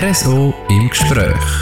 RSO im Gespräch.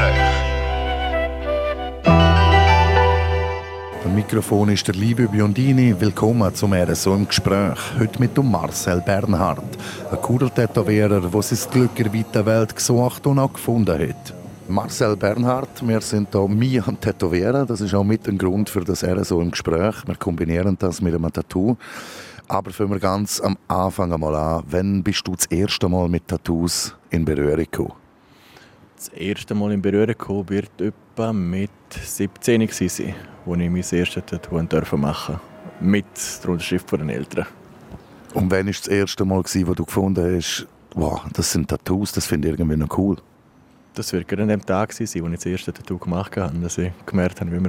Am Mikrofon ist der Livio Biondini. Willkommen zum RSO im Gespräch. Heute mit dem Marcel Bernhard, ein Kugeltätowierer, der sein Glück in der weiten Welt gesucht und auch gefunden hat. Marcel Bernhard, wir sind hier mir am Tätowieren. Das ist auch mit ein Grund für das RSO im Gespräch. Wir kombinieren das mit einem Tattoo. Aber fangen wir ganz am Anfang einmal an. Wann bist du das erste Mal mit Tattoos in Berührung gekommen? Das erste Mal in Berührung gekommen wird etwa mit 17 sein, wo ich mein erstes Tattoo machen durfte. Mit der Unterschrift von den Eltern. Und wann war das erste Mal, wo du gefunden hast, wow, das sind Tattoos, das finde ich irgendwie noch cool? Das wird gerade an dem Tag sein, wo ich das erste Tattoo gemacht habe, dass ich gemerkt habe, wie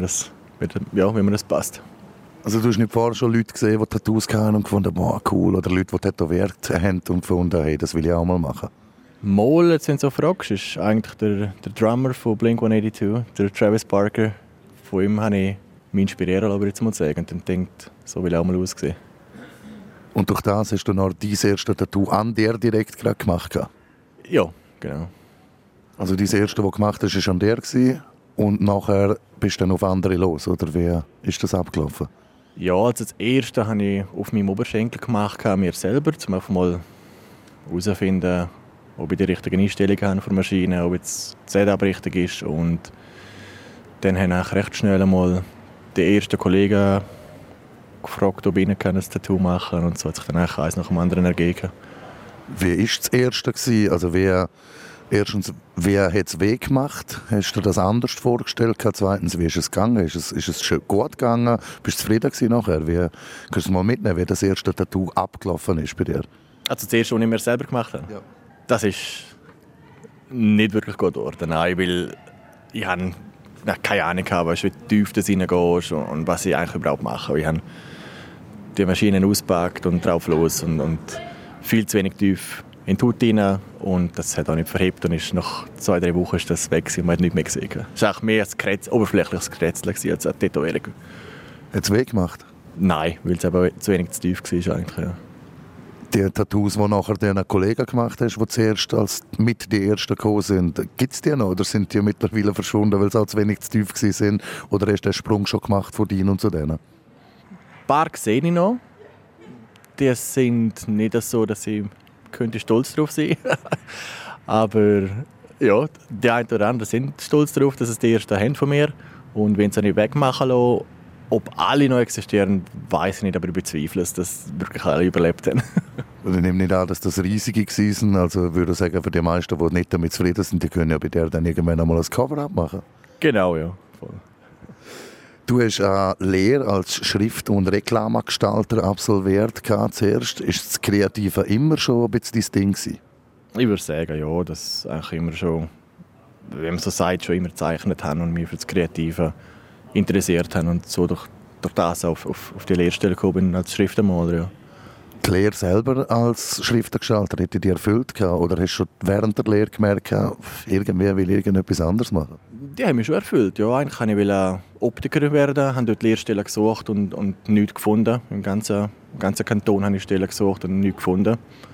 mir das passt. Also du hast nicht vorher schon Leute gesehen, die Tattoos hatten und gefunden, wow, cool, oder Leute, die tätowiert haben und gefunden, hey, das will ich auch mal machen? Mal, jetzt wenn du so fragst, ist eigentlich der Drummer von Blink-182, der Travis Barker. Von ihm habe ich mich inspirieren lassen, jetzt mal sagen, und dann denkt, so will ich auch mal aussehen. Und durch das hast du noch dein erstes Tattoo an dir direkt gerade gemacht? Ja, genau. Also dein erstes, das du gemacht hast, war an dir und nachher bist du dann auf andere los, oder wie ist das abgelaufen? Ja, also das erste habe ich auf meinem Oberschenkel gemacht, mir selber, um einfach mal herauszufinden, ob ich die richtige Einstellung habe für die Maschine, ob jetzt das Setup richtig ist. Und dann habe ich recht schnell einmal den ersten Kollegen gefragt, ob ich ihnen ein Tattoo machen kann. Und so hat sich dann eins nach dem anderen ergeben. Wie war das erste? Also erstens, wer hat es weh gemacht? Hast du das anders vorgestellt? Zweitens, wie ist es gegangen? Ist es schon gut gegangen? Bist du zufrieden nachher? Kannst du mal mitnehmen, wie das erste Tattoo abgelaufen ist bei dir? Also das erste, was ich mir selber gemacht habe? Ja. Das ist nicht wirklich gut geworden. Nein, weil ich habe keine Ahnung, wie tief du reingehst und was ich eigentlich überhaupt mache. Ich habe die Maschinen ausgepackt und drauf los und viel zu wenig tief in die Haut rein. Und das hat auch nicht verhebt und ist nach 2-3 Wochen ist das weg und man hat nichts mehr gesehen. Es war mehr ein oberflächliches Kretzeln als eine Tätowierung. Hat es weh gemacht? Nein, weil es aber zu wenig zu tief war eigentlich, ja. Die Tattoos, die nachher deinen Kollegen gemacht hast, die zuerst als mit die ersten gekommen sind, gibt es die noch oder sind die mittlerweile verschwunden, weil sie auch zu wenig zu tief waren? Oder hast du den Sprung schon gemacht von denen und zu denen? Ein paar sehe ich noch. Die sind nicht so, dass ich stolz drauf sein könnte. Aber ja, die einen oder anderen sind stolz darauf, dass es die ersten haben von mir. Und wenn sie nicht wegmachen lassen, ob alle noch existieren, weiß ich nicht, aber ich bezweifle es, dass wirklich alle überlebt haben. Ich nehme nicht an, dass das riesige waren. Also würde ich sagen, für die meisten, die nicht damit zufrieden sind, die können ja bei dir dann irgendwann einmal ein Cover-up machen. Genau, ja. Voll. Du hast eine Lehre als Schrift- und Reklamegestalter absolviert zuerst. Ist das Kreative immer schon ein bisschen dein Ding gewesen? Ich würde sagen, ja, dass eigentlich immer schon, wenn man so sagt, schon immer gezeichnet haben und mich für das Kreative interessiert haben und so durch das auf die Lehrstelle gekommen bin als Schriftenmaler. Ja. Die Lehre selber als Schriftengestalter, hätte dich erfüllt gehabt? Oder hast du schon während der Lehre gemerkt, irgendwie will ich irgendetwas anderes machen? Die haben mich schon erfüllt. Ja, eigentlich wollte ich Optiker werden, habe dort Lehrstellen gesucht und nichts gefunden. Im ganzen Kanton habe ich Stellen gesucht und nichts gefunden.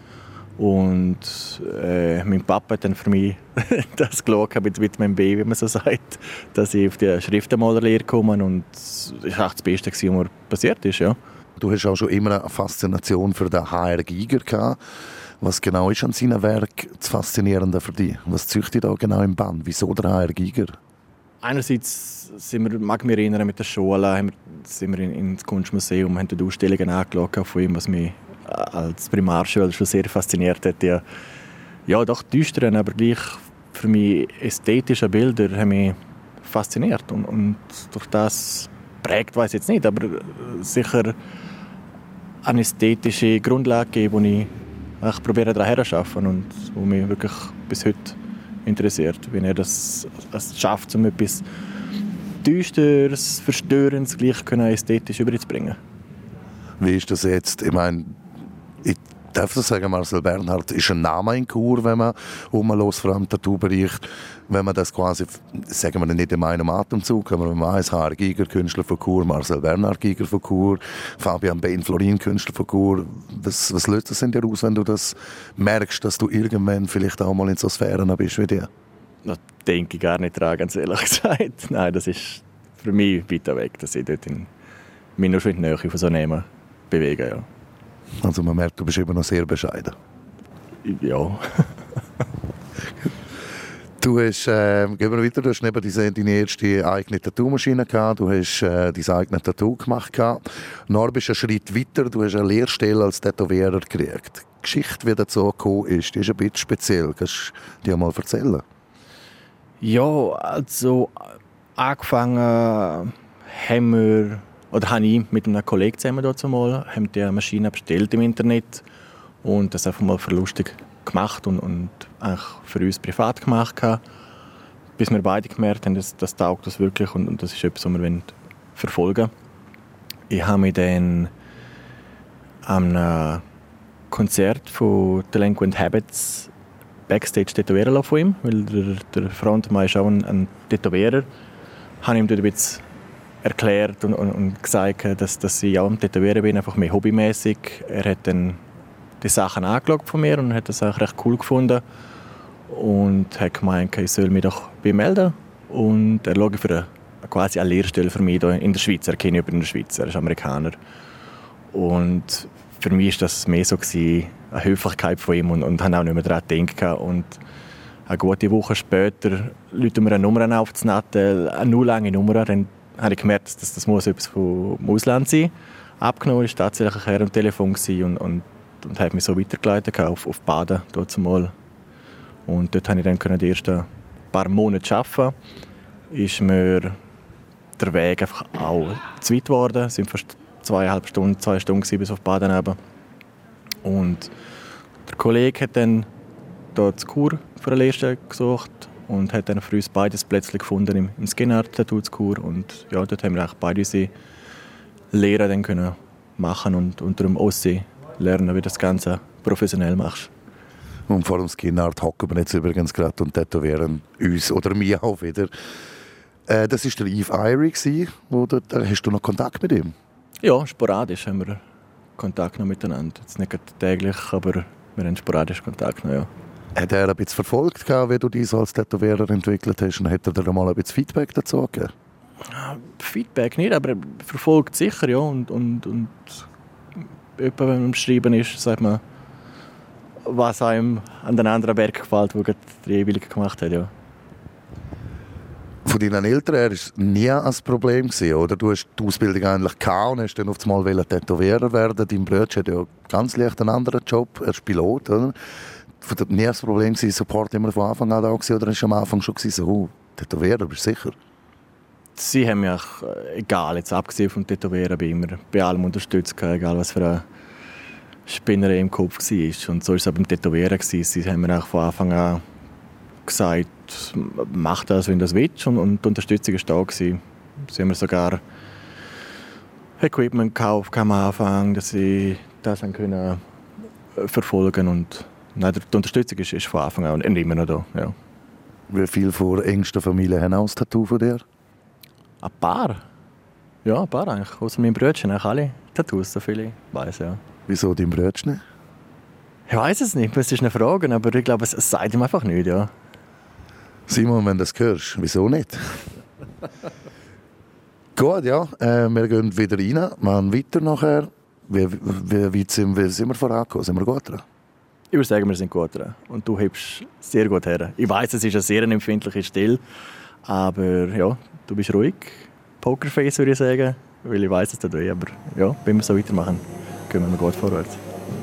Und mein Papa hat dann für mich das geschaut mit meinem Baby, wie man so sagt, dass ich auf die Schriftenmalerlehre komme. Und das war das Beste, was mir passiert ist. Ja. Du hast auch schon immer eine Faszination für den H.R. Giger gehabt. Was genau ist an seinem Werk das Faszinierende für dich? Was zieht dich da genau im Bann? Wieso der H.R. Giger? Einerseits mag ich mich erinnern, mit der Schule sind wir ins Kunstmuseum, haben dort Ausstellungen angeschaut von ihm, was mich als Primarschüler schon sehr fasziniert hat. Ja, doch düsteren, aber gleich für mich ästhetische Bilder haben mich fasziniert. Und durch das prägt, weiß ich jetzt nicht, aber sicher eine ästhetische Grundlage geben, die ich probiere daran zu arbeiten und die mich wirklich bis heute interessiert, wenn er das schafft, um etwas Düsteres, Verstörendes gleich ästhetisch überzubringen. Wie ist das jetzt? Ich meine, ich Darf ich sagen, Marcel Bernhard ist ein Name in Chur, wenn man rumlässt, vor allem im Tattoo-Bereich, wenn man das quasi, sagen wir nicht in einem Atemzug, aber wenn man weiss, Harry Giger, Künstler von Chur, Marcel Bernhard, Giger von Chur, Fabian Bain Florin, Künstler von Chur, was löst das in dir aus, wenn du das merkst, dass du irgendwann vielleicht auch mal in so Sphären bist wie dir? Da denke ich gar nicht dran, ganz ehrlich gesagt. Nein, das ist für mich weiter weg, dass ich dort mich nur schon in die Nähe von so einem bewege, ja. Also man merkt, du bist immer noch sehr bescheiden. Ja. Du hast, gehen wir weiter, du hast neben deine erste eigene Tattoo-Maschine gehabt, du hast dein eigenes Tattoo gemacht gehabt. Dann bist du einen Schritt weiter, du hast eine Lehrstelle als Tätowierer gekriegt. Die Geschichte, wie das so gekommen ist, die ist ein bisschen speziell. Kannst du dir mal erzählen? Ja, also angefangen habe ich mit einem Kollegen zusammen haben die Maschine bestellt im Internet und das einfach mal für lustig gemacht und eigentlich für uns privat gemacht, bis wir beide gemerkt haben, das taugt das wirklich und das ist etwas, was wir verfolgen wollen. Ich habe mich dann an einem Konzert von Delinquent Habits Backstage tätowieren lassen von ihm, weil der Frontmann ist auch ein Tätowierer. Ich habe ihm dort ein bisschen erklärt und gesagt, dass ich auch am Tätowieren bin, einfach mehr hobbymäßig. Er hat dann die Sachen angeschaut von mir und hat das auch recht cool gefunden und hat gemeint, ich soll mich doch bei ihm melden und er schaut für quasi eine Lehrstelle für mich hier in der Schweiz. Er kennt jemanden in der Schweiz, er ist Amerikaner. Und für mich war das mehr so eine Höflichkeit von ihm und habe auch nicht mehr daran gedacht. Und eine gute Woche später läuten mir eine Nummer auf das Nattel, eine nur lange Nummer. Dann habe ich gemerkt, dass das muss etwas vom Ausland sein. Abgenommen war tatsächlich ein Herr am Telefon und hat mich so weitergeleitet auf Baden dort mal. Und dort konnte ich dann die ersten paar Monate arbeiten. Ist mir der Weg einfach auch zu weit geworden. Es waren fast 2 Stunden bis auf Baden eben. Und der Kollege hat dann dort in Chur für eine Lehrstelle gesucht und hat dann für uns beides plötzlich gefunden im Skinart-Tattoo in Chur. Und ja, dort haben wir beide unsere Lehre dann können machen und unter dem Ossi lernen, wie du das Ganze professionell machst. Und vor dem Skinart hocken wir jetzt übrigens gerade und tätowieren uns oder mich auch wieder. Das war der Yves Irie, hast du noch Kontakt mit ihm? Ja, sporadisch haben wir Kontakt noch miteinander. Jetzt nicht täglich, aber wir haben sporadisch Kontakt noch, ja. Hat er ein bisschen verfolgt, wie du dich als Tätowierer entwickelt hast? Und hat er dir mal ein bisschen Feedback dazu gegeben? Feedback nicht, aber er verfolgt sicher, ja. Und wenn man am Schreiben ist, sagt man, was einem an den anderen Werk gefällt, die der jeweilige gemacht hat, ja. Von deinen Eltern her war es nie ein Problem gewesen, oder? Du hast die Ausbildung eigentlich gehabt und hast dann auf einmal Tätowierer werden. Dein Bruder hat ja ganz leicht einen anderen Job, er ist Pilot, oder? Nie ein Problem gewesen, Support immer von Anfang an da gewesen, oder ist am Anfang schon gewesen, so, Tätowierer, bist du sicher? Sie haben mich, egal, jetzt abgesehen vom Tätowieren, bei allem unterstützt, egal was für eine Spinnerei im Kopf war. Und so war es auch beim Tätowieren. Sie haben mir von Anfang an gesagt, mach das, wenn du das willst. Und die Unterstützung war da. Sie haben mir sogar Equipment gekauft am Anfang, dass sie das können verfolgen und nein, die Unterstützung ist von Anfang an und immer noch da. Ja. Wie viele von der engsten Familie haben auch ein Tattoo von dir? Ein paar. Ja, ein paar eigentlich. Außer meinem Brötchen haben alle Tattoos, so viele ich weiss, ja. Wieso dein Brötchen? Ich weiss es nicht, das ist eine Frage, aber ich glaube, es sagt ihm einfach nicht, ja. Simon, wenn du das hörst, wieso nicht? Gut, ja, wir gehen wieder rein, machen weiter nachher. Wie weit sind wir vorangekommen? Sind wir gut dran? Ich würde sagen, wir sind gut dran. Und du hebst sehr gut her. Ich weiss, es ist eine sehr empfindliche Stelle, aber ja, du bist ruhig. Pokerface würde ich sagen, weil ich weiss es dadurch. Aber ja, wenn wir so weitermachen, gehen wir gut vorwärts.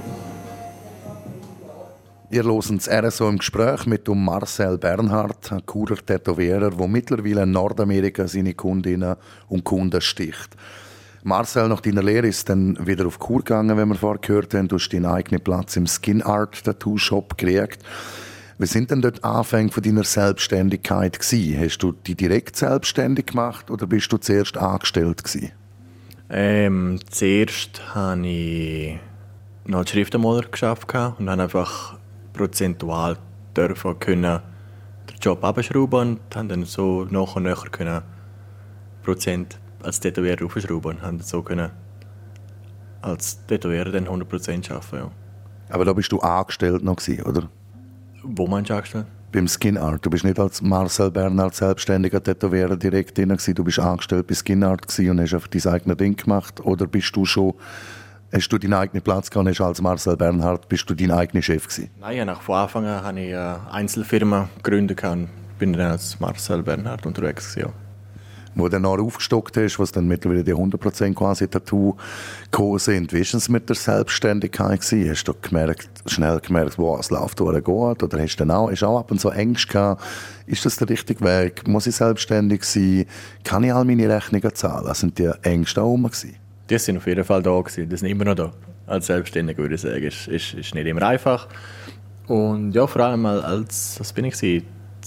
Ihr hört das RSO im Gespräch mit Marcel Bernhard, ein Churer Tätowierer, der mittlerweile in Nordamerika seine Kundinnen und Kunden sticht. Marcel, nach deiner Lehre ist dann wieder auf Chur gegangen, wie wir vorher gehört haben. Du hast deinen eigenen Platz im Skin Art Tattoo Shop gekriegt. Wie sind denn dort die Anfänge von deiner Selbstständigkeit gewesen? Hast du dich direkt selbstständig gemacht oder bist du zuerst angestellt gewesen? Zuerst habe ich noch als Schriftmaler gearbeitet und dann einfach prozentual können den Job abschrauben und haben dann so nach und nach können Prozent als Tätowierer aufschrauben und haben so können als Tätowierer dann 100% arbeiten. Ja. Aber da bist du angestellt noch gewesen, oder? Wo meinst du angestellt? Beim Skin Art. Du bist nicht als Marcel Bernhard selbstständiger Tätowierer direkt drin gewesen. Du bist angestellt bei Skin Art gewesen und hast einfach dein eigenes Ding gemacht. Oder bist du schon, hast du deinen eigenen Platz gehabt und hast als Marcel Bernhard, bist du dein eigener Chef gewesen? Nein, von Anfang an habe ich eine Einzelfirma gegründet und bin dann als Marcel Bernhard unterwegs gewesen. Ja. Wo du dann noch aufgestockt hast, was dann mittlerweile die 100% quasi Tattoo gekommen sind. Wie war es mit der Selbstständigkeit gewesen? Hast du schnell gemerkt, wow, es läuft durch gut? Oder hast du auch ab und zu Ängste gehabt? Ist das der richtige Weg? Muss ich selbstständig sein? Kann ich all meine Rechnungen zahlen? Sind die Ängste auch rum gewesen? Die sind auf jeden Fall da gewesen. Die sind immer noch da. Als Selbstständiger würde ich sagen, ist nicht immer einfach. Und ja, vor allem was bin ich gewesen?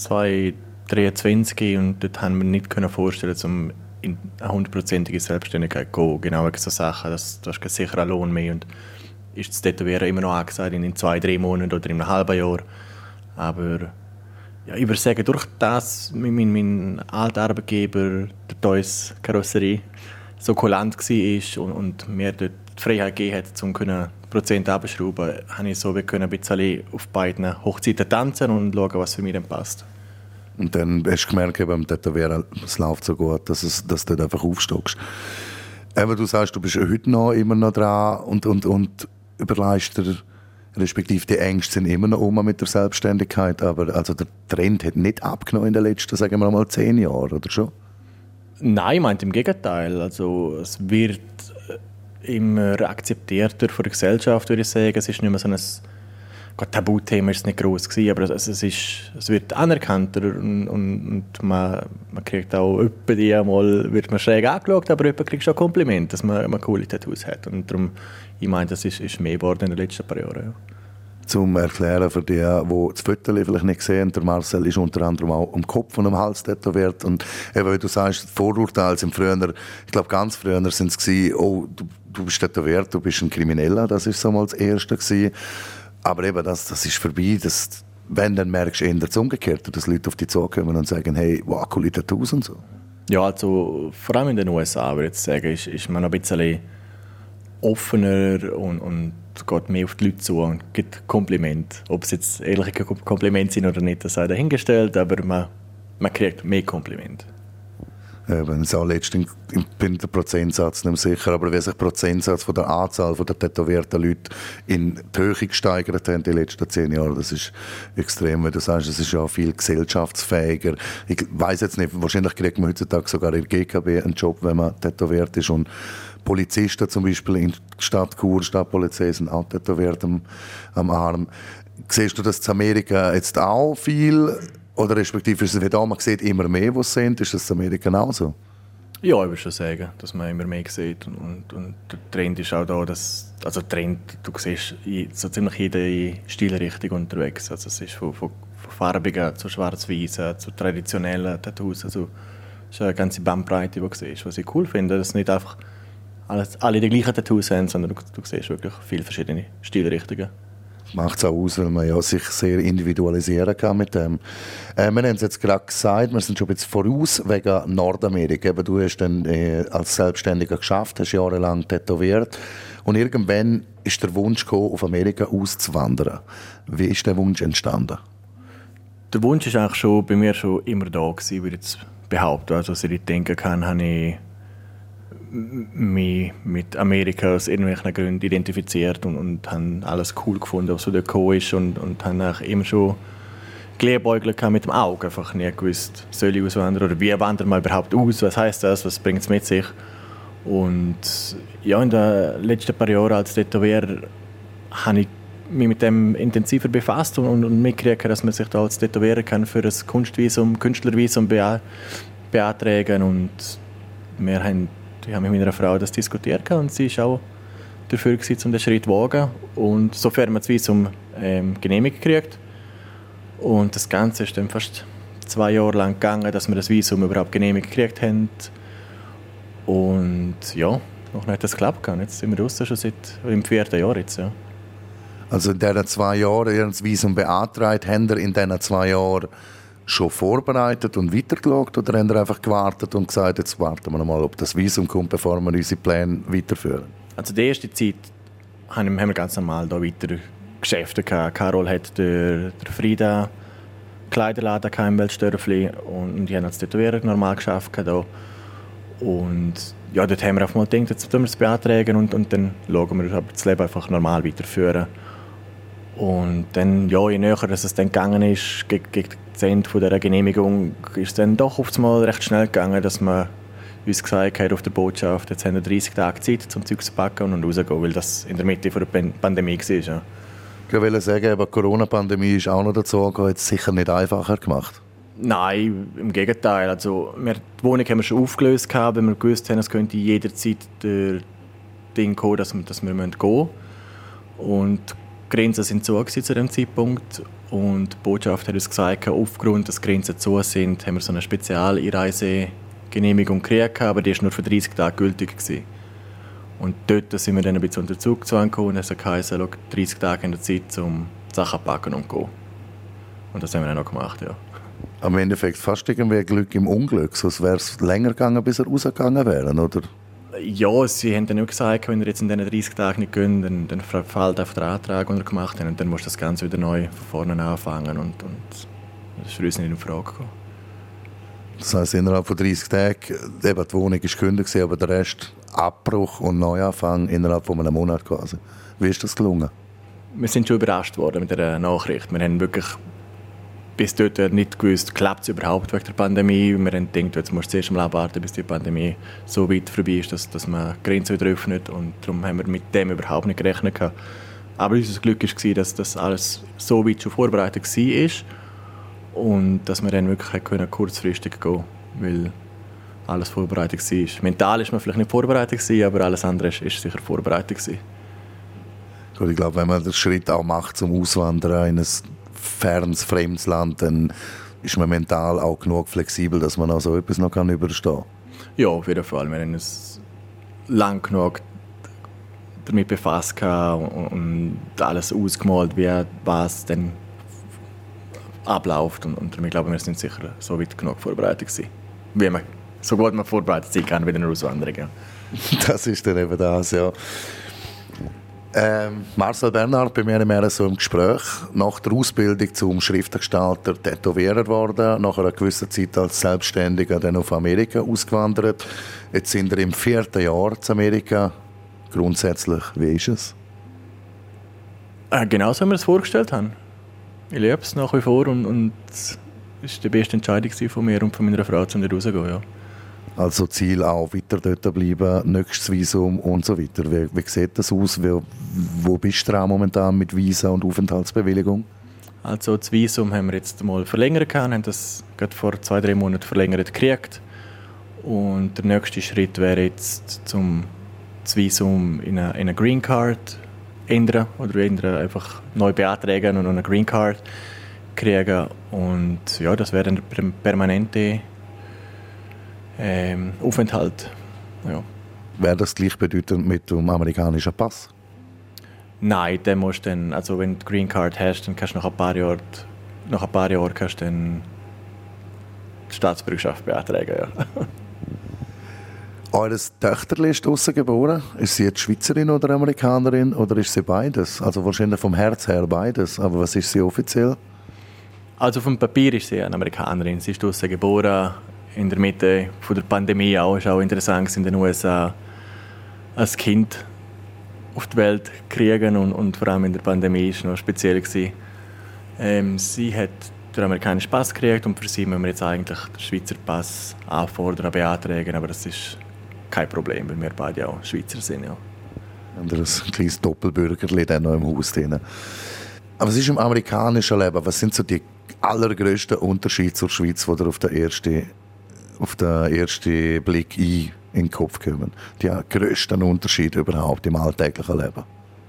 2023 und dort haben wir nicht vorstellen, um in eine 100%ige Selbstständigkeit zu gehen. Genau wegen so Sachen, du hast keinen sicheren Lohn mehr und ist das Tätowieren immer noch angesagt in 2-3 Monaten oder in einem halben Jahr. Aber ja, ich würde sagen, durch das mein alter Arbeitgeber, der Toys Karosserie, so kulant war und mir dort die Freiheit gegeben hat, um Prozent abzuschrauben, habe ich so ein bisschen auf beiden Hochzeiten tanzen und schauen, was für mich dann passt. Und dann hast du gemerkt, beim Tätowieren, es läuft so gut, dass du einfach aufstockst. Aber du sagst, du bist heute noch immer noch dran und überleist dir, respektive die Ängste sind immer noch mit der Selbstständigkeit, aber also der Trend hat nicht abgenommen in den letzten, sagen wir mal, 10 Jahren, oder schon? Nein, ich meine im Gegenteil. Also, es wird immer akzeptierter von der Gesellschaft, würde ich sagen. Es ist nicht mehr so ein Tabuthema, ist es nicht gross gewesen, aber es wird anerkannter und man kriegt auch einmal wird man schräg angeschaut, aber jemand kriegt schon Kompliment, dass man coole Tattoos hat. Und darum, ich meine, das ist mehr geworden in den letzten paar Jahren. Ja. Zum Erklären für die, die das Foto vielleicht nicht sehen, der Marcel ist unter anderem auch am Kopf und am Hals tätowiert. Und eben, wie du sagst, Vorurteile sind früher, ich glaube ganz früher sind es gewesen, oh, du bist tätowiert, du bist ein Krimineller, das ist so mal das Erste gewesen. Aber eben, das ist vorbei. Wenn dann merkst du eher das Umgekehrte, dass Leute auf dich zukommen und sagen, hey, wow, coole Tattoos und so. Ja, also vor allem in den USA, würde ich sagen, ist man noch ein bisschen offener und geht mehr auf die Leute zu und gibt Komplimente. Ob es jetzt ehrliche Komplimente sind oder nicht, das sei dahingestellt, aber man kriegt mehr Komplimente. Wenn es auch letztens, ich bin der Prozentsatz nicht mehr sicher, aber wie sich der Prozentsatz von der Anzahl der tätowierten Leute in die Höhe gesteigert hat in den letzten 10 Jahren, das ist extrem, weil du sagst, es ist ja viel gesellschaftsfähiger. Ich weiss jetzt nicht, wahrscheinlich kriegt man heutzutage sogar in der GKB einen Job, wenn man tätowiert ist, und Polizisten zum Beispiel in der Stadt Chur, Stadtpolizei, sind auch tätowiert am Arm. Siehst du das in Amerika jetzt auch viel? Oder respektive ist es wie da, man sieht immer mehr, was es sind. Ist das in Amerika auch so? Ja, ich würde schon sagen, dass man immer mehr sieht. Und der Trend ist auch da, also Trend, du siehst so ziemlich jede Stilrichtung unterwegs. Also es ist von farbigen zu schwarz-weißen zu traditionellen Tattoos. Also es ist eine ganze Bandbreite, die du siehst. Was ich cool finde, dass nicht einfach alle die gleichen Tattoos haben, sondern du siehst wirklich viele verschiedene Stilrichtungen. Macht es auch aus, weil man ja sich sehr individualisieren kann mit dem. Wir haben es jetzt gerade gesagt, wir sind schon ein bisschen voraus wegen Nordamerika. Eben, du hast dann als Selbstständiger geschafft, hast jahrelang tätowiert und irgendwann ist der Wunsch gekommen, auf Amerika auszuwandern. Wie ist der Wunsch entstanden? Der Wunsch ist eigentlich bei mir schon immer da gewesen, würde ich jetzt behaupten. Also, seit ich denken kann, habe ich mich mit Amerika aus irgendwelchen Gründen identifiziert und habe alles cool gefunden, was so da gekommen ist und habe immer schon geliebäugelt mit dem Auge, einfach nie gewusst, soll ich auswandern oder wie wandert man überhaupt aus, was heisst das, was bringt es mit sich. Und ja, in den letzten paar Jahren als Tätowierer habe ich mich mit dem intensiver befasst und mitgekriegt, dass man sich da als Tätowierer kann für ein Künstlervisum beantragen und ich habe mit meiner Frau das diskutiert und sie war auch dafür, um den Schritt zu wagen. Und sofern man das Visum genehmigt kriegt. Und das Ganze ist dann fast 2 Jahre lang gegangen, dass wir das Visum überhaupt genehmigt gekriegt haben. Und ja, noch nicht das geklappt. Jetzt sind wir draussen schon im 4. Jahr jetzt, ja. Also in diesen 2 Jahren, ihr das Visum beantragt, habt ihr in diesen 2 Jahren schon vorbereitet und weitergeschaut oder habt ihr einfach gewartet und gesagt, jetzt warten wir noch mal, ob das Visum kommt, bevor wir unsere Pläne weiterführen? Also die erste Zeit haben wir ganz normal da weiter Geschäfte gehabt. Carol hat der Frieda Kleiderladen im Weltstörfli und die haben als Tätowierer normal geschafft da. Und ja, dort haben wir auf mal gedacht, jetzt tun wir es beantragen und dann schauen wir, ob das Leben einfach normal weiterführen. Und dann, ja, je näher dass es dann gegangen ist, gegen das Ende dieser Genehmigung, ist es dann doch oft mal recht schnell gegangen, dass man uns gesagt hat auf der Botschaft, jetzt haben wir 30 Tage Zeit, um Zeug zu packen und rauszugehen, weil das in der Mitte der Pandemie war. Ja. Ich wollte sagen, die Corona-Pandemie ist auch noch dazu gekommen, hat es sicher nicht einfacher gemacht. Nein, im Gegenteil. Also, die Wohnung haben wir schon aufgelöst, weil wir gewusst haben, es könnte jederzeit der Ding kommen, dass wir gehen müssen. Und die Grenzen sind zu diesem Zeitpunkt. Und die Botschaft hat uns gesagt, aufgrund, dass die Grenzen zu sind, haben wir so eine Spezial-Einreisegenehmigung gekriegt, aber die war nur für 30 Tage gültig gewesen. Und dort sind wir dann ein bisschen unter Zug gezogen und es heisst, 30 Tage in der Zeit, um Sachen packen und zu gehen. Und das haben wir dann auch gemacht, ja. Am Endeffekt fast irgendwie Glück im Unglück, sonst wäre es länger gegangen, bis er rausgegangen wäre, oder? Ja, sie haben dann auch gesagt, wenn wir jetzt in diesen 30 Tagen nicht gehen, dann fällt einfach der Antrag, den wir gemacht haben, und dann muss das Ganze wieder neu von vorne anfangen und das ist für uns nicht in Frage gekommen. Das heisst, innerhalb von 30 Tagen, eben die Wohnung war gekündigt, aber der Rest Abbruch und Neuanfang innerhalb von einem Monat quasi. Wie ist das gelungen? Wir sind schon überrascht worden mit der Nachricht. Wir haben wirklich bis dort nicht gewusst, klappt es überhaupt wegen der Pandemie. Wir haben gedacht, jetzt musst du zuerst mal abwarten, bis die Pandemie so weit vorbei ist, dass man die Grenzen wieder öffnet. Und darum haben wir mit dem überhaupt nicht gerechnet. Aber unser Glück war, dass das alles so weit schon vorbereitet war und dass wir dann wirklich kurzfristig gehen konnten, weil alles vorbereitet war. Mental war man vielleicht nicht vorbereitet, aber alles andere war sicher vorbereitet. Gut, ich glaube, wenn man den Schritt auch macht zum Auswandern in ein fernes, fremdes Land, dann ist man mental auch genug flexibel, dass man auch so etwas noch überstehen kann. Ja, auf jeden Fall. Wir haben uns lang genug damit befasst und alles ausgemalt, wie was dann abläuft. Und ich glaube, wir sind sicher so weit genug vorbereitet gewesen. Wie man so gut man vorbereitet sein kann, wie eine Auswanderung. Ja. Das ist dann eben das, ja. Marcel Bernhard, bei mir im so im Gespräch, nach der Ausbildung zum Schriftgestalter Tätowierer geworden, nach einer gewissen Zeit als Selbstständiger dann auf Amerika ausgewandert. Jetzt sind wir im 4. Jahr zu Amerika. Grundsätzlich, wie ist es? Genau so, wie wir es vorgestellt haben. Ich liebe es nach wie vor und es war die beste Entscheidung von mir und von meiner Frau, um da rauszugehen. Ja. Also Ziel auch, weiter dort bleiben, nächstes Visum und so weiter. Wie sieht das aus? Wo bist du momentan mit Visa und Aufenthaltsbewilligung? Also das Visum haben wir jetzt mal verlängert, haben das gerade vor 2-3 Monaten verlängert gekriegt. Und der nächste Schritt wäre jetzt, das Visum in eine Green Card ändern oder einfach neu beantragen und eine Green Card kriegen. Und ja, das wäre ein permanente Aufenthalt. Ja. Wäre das gleichbedeutend mit dem amerikanischen Pass? Nein, dann musst dann, also wenn du die Green Card hast, dann kannst du nach ein paar Jahren kannst du dann die Staatsbürgerschaft beantragen. Ja. Eure Töchterli ist draussen geboren. Ist sie jetzt Schweizerin oder Amerikanerin oder ist sie beides? Also wahrscheinlich vom Herz her beides. Aber was ist sie offiziell? Also vom Papier ist sie eine Amerikanerin. Sie ist draussen geboren. In der Mitte der Pandemie auch. Es war auch interessant, in den USA als Kind auf die Welt zu kriegen und vor allem in der Pandemie war es noch speziell. Sie hat den amerikanischen Pass gekriegt und für sie müssen wir jetzt eigentlich den Schweizer Pass anfordern, beantragen, aber das ist kein Problem, weil wir beide auch Schweizer sind. Ja. Und ein kleines Doppelbürgerli dann noch im Haus drin. Aber was ist im amerikanischen Leben? Was sind so die allergrößten Unterschiede zur Schweiz, die dir auf den ersten Blick in den Kopf kommen? Die grössten Unterschiede überhaupt im alltäglichen Leben?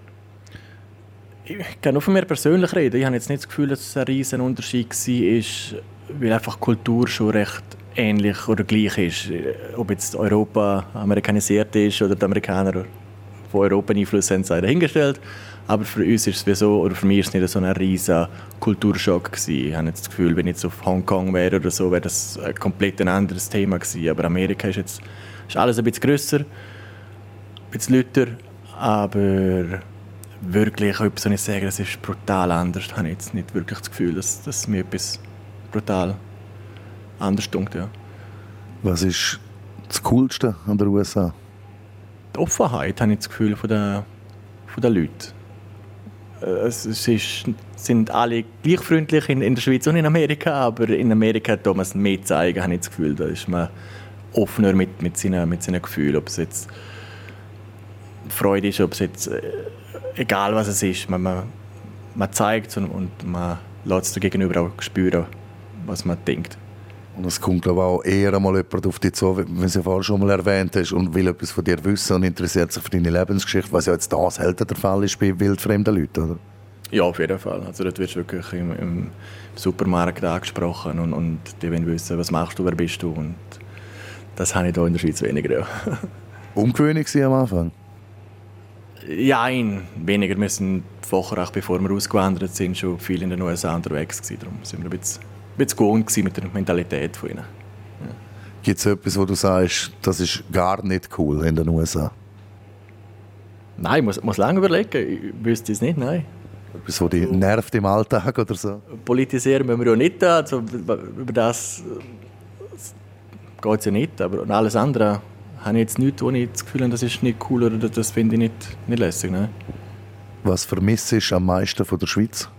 Ich kann nur von mir persönlich reden. Ich habe jetzt nicht das Gefühl, dass es ein riesen Unterschied war, weil einfach die Kultur schon recht ähnlich oder gleich ist. Ob jetzt Europa amerikanisiert ist oder die Amerikaner von Europa einen Einfluss haben, sei dahingestellt. Aber für uns ist es wie so, oder für mich ist es nicht so ein riesiger Kulturschock gewesen. Ich habe jetzt das Gefühl, wenn ich jetzt auf Hongkong wäre oder so, wäre das ein komplett ein anderes Thema gewesen. Aber Amerika ist alles ein bisschen grösser, ein bisschen lauter, aber wirklich, ob ich sagen, das ist brutal anders, habe ich jetzt nicht wirklich das Gefühl, dass mir etwas brutal anders dunkt, ja. Was ist das Coolste an der USA? Die Offenheit, habe ich das Gefühl, von den Leuten. Sind alle gleich freundlich in der Schweiz und in Amerika, aber in Amerika hat man mehr zeigen, habe ich das Gefühl. Da ist man offener mit seinen Gefühlen, ob es jetzt Freude ist, ob es jetzt egal was es ist, man zeigt es und man lässt es Gegenüber auch spüren, was man denkt. Und es kommt, glaube ich, auch eher einmal jemand auf dich zu, wenn du es ja vorher schon mal erwähnt hast, und will etwas von dir wissen und interessiert sich für deine Lebensgeschichte, was ja jetzt da selten der Fall ist bei wildfremden Leuten, oder? Ja, auf jeden Fall. Also dort wirst du wirklich im Supermarkt angesprochen und die wollen wissen, was machst du, wer bist du, und das habe ich hier in der Schweiz weniger. Ja. Ungewöhnlich am Anfang? Ja, weniger. Wir sind vorher, bevor wir ausgewandert sind, schon viel in den USA unterwegs gewesen. Darum sind wir ein bisschen gewohnt mit der Mentalität von ihnen. Ja. Gibt es etwas, wo du sagst, das ist gar nicht cool in den USA? Nein, ich muss lange überlegen. Ich wüsste es nicht, nein. Etwas, was dich nervt im Alltag oder so? Politisieren müssen wir ja nicht. Also, über das geht es ja nicht. Aber alles andere habe ich jetzt nichts, wo ich das Gefühl habe, das ist nicht cool oder das finde ich nicht lässig. Nein. Was vermisst du am meisten von der Schweiz?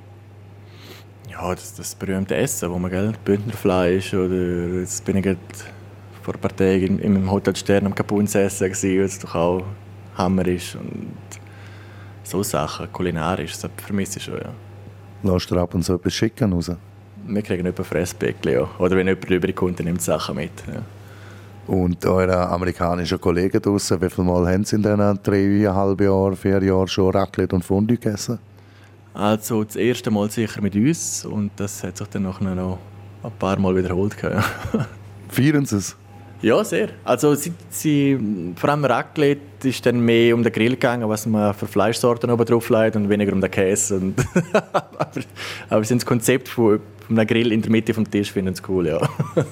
Ja, das berühmte Essen, wo man, gell, Bündnerfleisch oder jetzt bin ich vor ein paar Tagen im Hotel Stern am Kapuns essen gewesen, was doch auch Hammer ist und so Sachen, kulinarisch, das vermisse ich schon, ja. Lässt du ab und zu etwas schicken raus? Wir kriegen etwa Fressbäckchen, ja. Oder wenn jemand rüberkommt, dann nimmt Sachen mit, ja. Und eure amerikanischen Kollegen draussen, wie viele Mal haben sie in diesen 3,5 Jahren, 4 Jahren schon Raclette und Fondue gegessen? Also das erste Mal sicher mit uns und das hat sich dann noch ein paar Mal wiederholt. Ja. Feiern sie es? Ja, sehr. Also vor allem Raclette ist dann mehr um den Grill gegangen, was man für Fleischsorten oben drauf legt und weniger um den Käse. Und aber das Konzept von einem Grill in der Mitte vom Tisch finden sie cool, ja.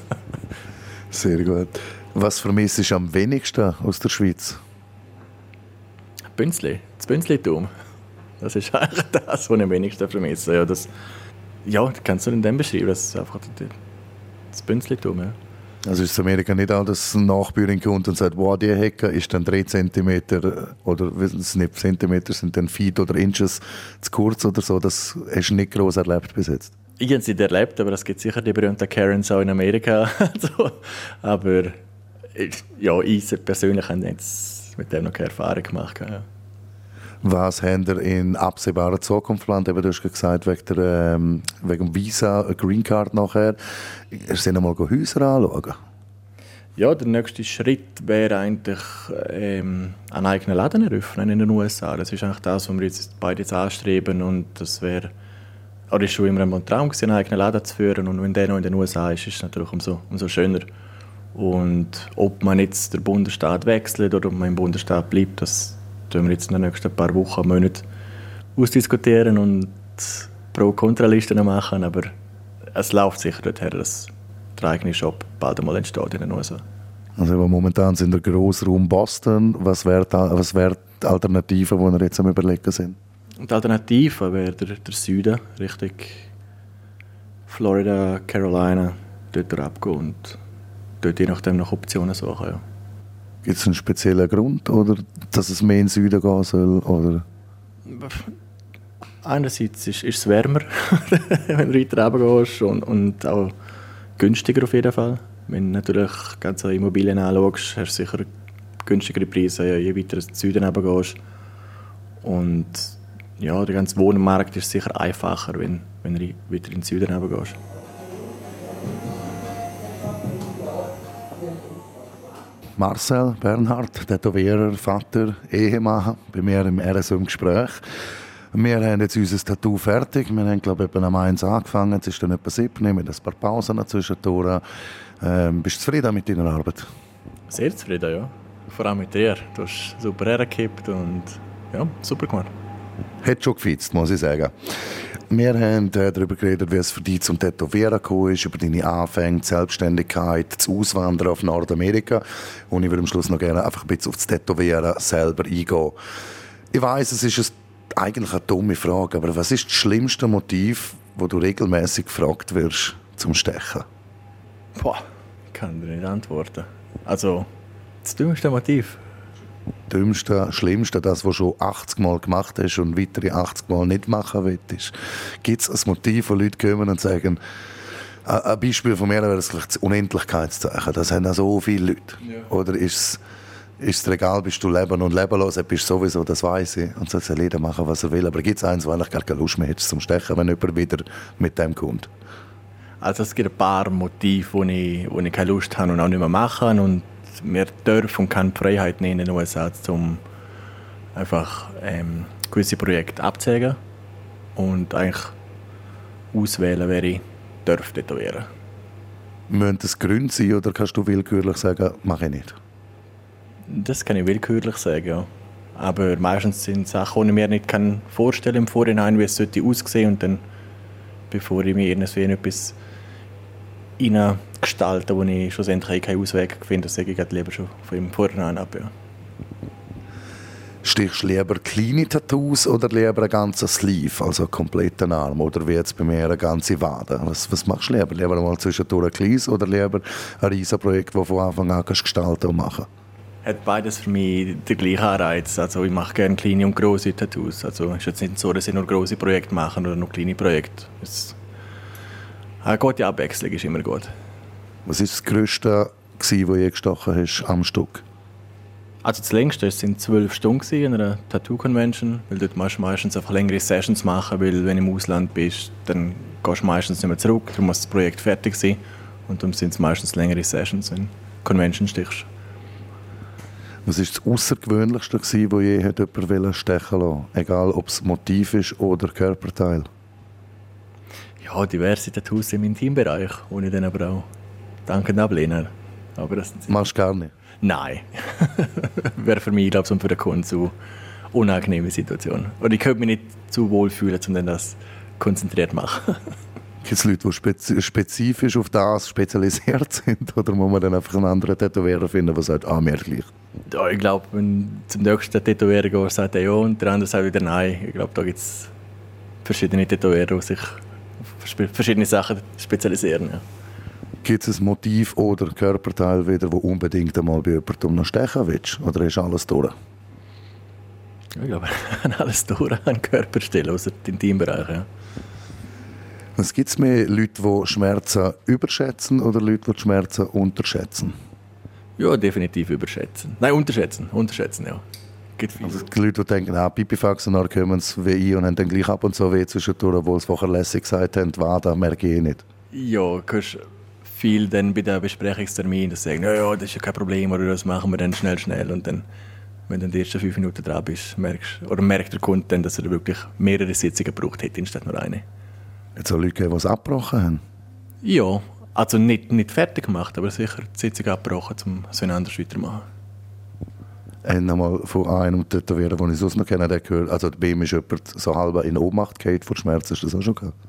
Sehr gut. Was vermisst du am wenigsten aus der Schweiz? Bünzli, das Bünzlitum. Das ist eigentlich das, was ich am wenigsten vermisse. Ja, das kannst du in dem beschreiben. Das ist einfach das Bünzlitum. Ja. Also ist in Amerika nicht auch, dass ein Nachbürin kommt und sagt, wow, die Hecke ist dann 3 cm oder wissen es nicht, Zentimeter sind dann Feet oder Inches zu kurz oder so. Das hast du nicht gross erlebt bis jetzt? Ich habe es nicht erlebt, aber es gibt sicher die berühmten Karens auch in Amerika. Aber ja, ich persönlich habe jetzt mit dem noch keine Erfahrung gemacht. Ja. Was habt ihr in absehbarer Zukunft geplant? Du hast gesagt, wegen dem Visa, eine Green Card nachher. Hast du mal Häuser anschauen? Ja, der nächste Schritt wäre eigentlich einen eigenen Laden eröffnen in den USA. Das ist eigentlich das, was wir jetzt beide anstreben. Und das wäre, oder ist schon immer ein Traum gewesen, einen eigenen Laden zu führen. Und wenn der noch in den USA ist, ist es natürlich umso schöner. Und ob man jetzt den Bundesstaat wechselt oder ob man im Bundesstaat bleibt, das werden wir jetzt in den nächsten paar Wochen, Monaten ausdiskutieren und Pro-Kontra-Listen machen. Aber es läuft sicher dorthin, dass der eigene Shop bald einmal entsteht in den USA. Also momentan sind wir Grossraum Boston. Was wäre die Alternative, die wir jetzt am Überlegen sind? Die Alternative wäre der Süden, Richtung Florida, Carolina, dort abgehen und dort je nachdem nach Optionen suchen. Ja. Gibt es einen speziellen Grund, oder dass es mehr in den Süden gehen soll? Oder? Einerseits ist es wärmer, wenn du weiter runtergehst und auch günstiger auf jeden Fall. Wenn du natürlich ganz Immobilien anschaust, hast du sicher günstigere Preise, je weiter in den Süden runtergehst. Und ja, der ganze Wohnmarkt ist sicher einfacher, wenn du weiter in den Süden runtergehst. Marcel Bernhard, Tätowierer, Vater, Ehemann, bei mir im RSO im Gespräch. Wir haben jetzt unser Tattoo fertig. Wir haben, glaube ich, etwa am 1 angefangen. Es ist dann etwa 7, mit ein paar Pausen dazwischen. Bist du zufrieden mit deiner Arbeit? Sehr zufrieden, ja. Vor allem mit dir. Du hast super hergekippt und ja, super gemacht. Hat schon gefitzt, muss ich sagen. Wir haben darüber geredet, wie es für dich zum Tätowieren gekommen ist, über deine Anfänge, die Selbstständigkeit, das Auswandern auf Nordamerika. Und ich würde am Schluss noch gerne einfach ein bisschen auf das Tätowieren selber eingehen. Ich weiss, es ist eigentlich eine dumme Frage, aber was ist das schlimmste Motiv, wo du regelmäßig gefragt wirst zum Stechen? Boah, ich kann dir nicht antworten. Also, das dümmste Motiv. Dümmste, schlimmste, das, was du schon 80 Mal gemacht hast und weitere 80 Mal nicht machen willst. Gibt es ein Motiv, wo Leute kommen und sagen, ein Beispiel von mir wäre das vielleicht das Unendlichkeitszeichen. Das haben auch so viele Leute. Ja. Oder ist es dir egal, bist du leben und lebenlos, bist sowieso, das weiss ich. Und soll jeder machen, was er will. Aber gibt es eins, wo eigentlich gar keine Lust mehr hättest zum Stechen, wenn jemand wieder mit dem kommt? Also es gibt ein paar Motive, wo ich keine Lust habe und auch nicht mehr machen. Und wir dürfen und können die Freiheit nehmen in den USA, um einfach gewisse Projekte abzusagen und eigentlich auswählen, wer ich tätowieren darf. Müssen das Gründe sein oder kannst du willkürlich sagen, mache ich nicht? Das kann ich willkürlich sagen, ja. Aber meistens sind es Sachen, die ich mir nicht vorstellen kann im Vorhinein, wie es aussehen sollte. Und dann, bevor ich mir irgendwie etwas gestalte, wo ich schlussendlich keinen Ausweg finde, sage ich lieber schon von ihm vorhinein ab. Ja. Stichst du lieber kleine Tattoos oder lieber einen ganzen Sleeve, also einen kompletten Arm? Oder wie jetzt bei mir eine ganze Wade? Was machst du lieber? Lieber mal zwischendurch ein kleines oder lieber ein riesiges Projekt, das von Anfang an gestalten und machen kannst? Hat beides für mich den gleichen Anreiz. Also ich mache gerne kleine und grosse Tattoos. Also es ist jetzt nicht so, dass ich nur grosse Projekte mache oder nur kleine Projekte. Eine gute Abwechslung ist immer gut. Was war das Größte, das du je gestochen hast am Stück? Also das längste waren 12 Stunden in einer Tattoo-Convention, weil dort musst du meistens einfach längere Sessions machen, weil wenn du im Ausland bist, dann gehst du meistens nicht mehr zurück, darum muss das Projekt fertig sein und darum sind es meistens längere Sessions, wenn du Convention stichst. Was war das Außergewöhnlichste, das je jemand stechen lassen? Egal, ob es Motiv ist oder Körperteil? Ja, diverse Tattoos im Intimbereich, die ich dann aber auch dankend ablehne. Aber das machst du gar nicht? Nein. Wäre für mich, glaube ich, und für den Kunden so eine unangenehme Situation. Oder ich könnte mich nicht zu wohl fühlen, um dann das konzentriert zu machen. Gibt es Leute, die spezifisch auf das spezialisiert sind? Oder muss man dann einfach einen anderen Tätowierer finden, der sagt, mir gleich? Ja, ich glaube, wenn du zum nächsten Tätowierer gehst, sagt er ja und der andere sagt wieder nein. Ich glaube, da gibt es verschiedene Tätowierer, die sich auf verschiedene Sachen spezialisieren. Ja. Gibt es ein Motiv oder Körperteil wieder, wo unbedingt einmal bei jemandem noch stechen willst? Oder ist alles durch? Ich glaube, alles durch an Körperstellen, außer den Intimbereich. Ja. Was gibt es mehr Leute, die Schmerzen überschätzen oder Leute, die Schmerzen unterschätzen? Ja, definitiv überschätzen. Nein, unterschätzen, ja. Gibt viele. Also die Leute, die denken, Pipifax und dann kommen sie wie ich und haben dann gleich ab und zu weh zwischendurch, obwohl sie vorher lässig gesagt haben, da merke ich nicht. Ja, du hörst viel dann bei den Besprechungsterminen, dass sie sagen, ja, das ist ja kein Problem oder das machen wir dann schnell und dann, wenn du die ersten 5 Minuten dran bist, merkt der Kunde dann, dass er wirklich mehrere Sitzungen gebraucht hätte, anstatt nur eine. Jetzt soll Leute geben, die es abgebrochen haben? Ja, also nicht fertig gemacht, aber sicher die Sitzung abgebrochen, um so anders weiterzumachen. Einmal von einem Tätowierer, den ich sonst noch kenne, der gehört, also bei ihm ist jemand so halb in Ohnmacht gefallen vor Schmerzen. Hast du das auch schon gehabt?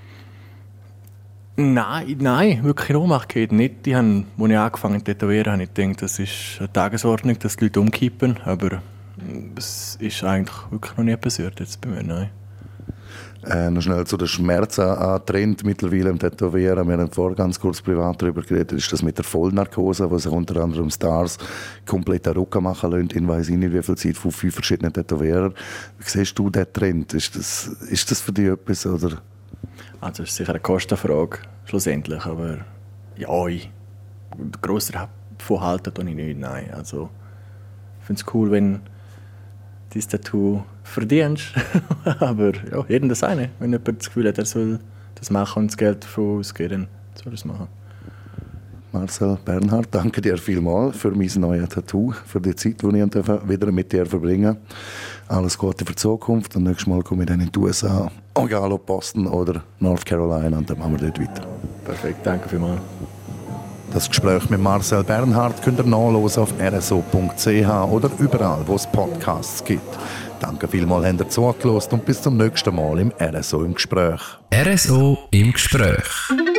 Nein, wirklich in Ohnmacht geht nicht. Die haben, als ich angefangen zu tätowieren habe, ich gedacht, das ist eine Tagesordnung, dass die Leute umkippen, aber es ist eigentlich wirklich noch nie passiert jetzt bei mir, nein. Noch schnell zu den Schmerzen-Trend mittlerweile im Tätowieren. Wir haben vorher ganz kurz privat darüber geredet. Ist das mit der Vollnarkose, wo sich unter anderem Stars komplett den Rücken machen lassen, in weiss ich nicht wie viel Zeit, von 5 verschiedenen Tätowierern. Wie siehst du diesen Trend? Ist das für dich etwas? Oder? Also das ist sicher eine Kostenfrage, schlussendlich. Aber ja, grosser davon halten tue ich nicht, nein. Also, ich finde es cool, wenn dein Tattoo verdienst. Aber ja, jedem das eine. Wenn jemand das Gefühl hat, er soll das machen und das Geld davon ausgeben, dann soll er es machen. Marcel Bernhard, danke dir vielmals für mein neues Tattoo, für die Zeit, die ich wieder mit dir verbringen. Alles Gute für die Zukunft und nächstes Mal komme ich dann in die USA, egal ob Boston oder North Carolina, und dann machen wir dort weiter. Perfekt, danke vielmals. Das Gespräch mit Marcel Bernhard könnt ihr nachhören auf rso.ch oder überall, wo es Podcasts gibt. Danke vielmals, habt ihr zugelassen und bis zum nächsten Mal im RSO im Gespräch. RSO im Gespräch.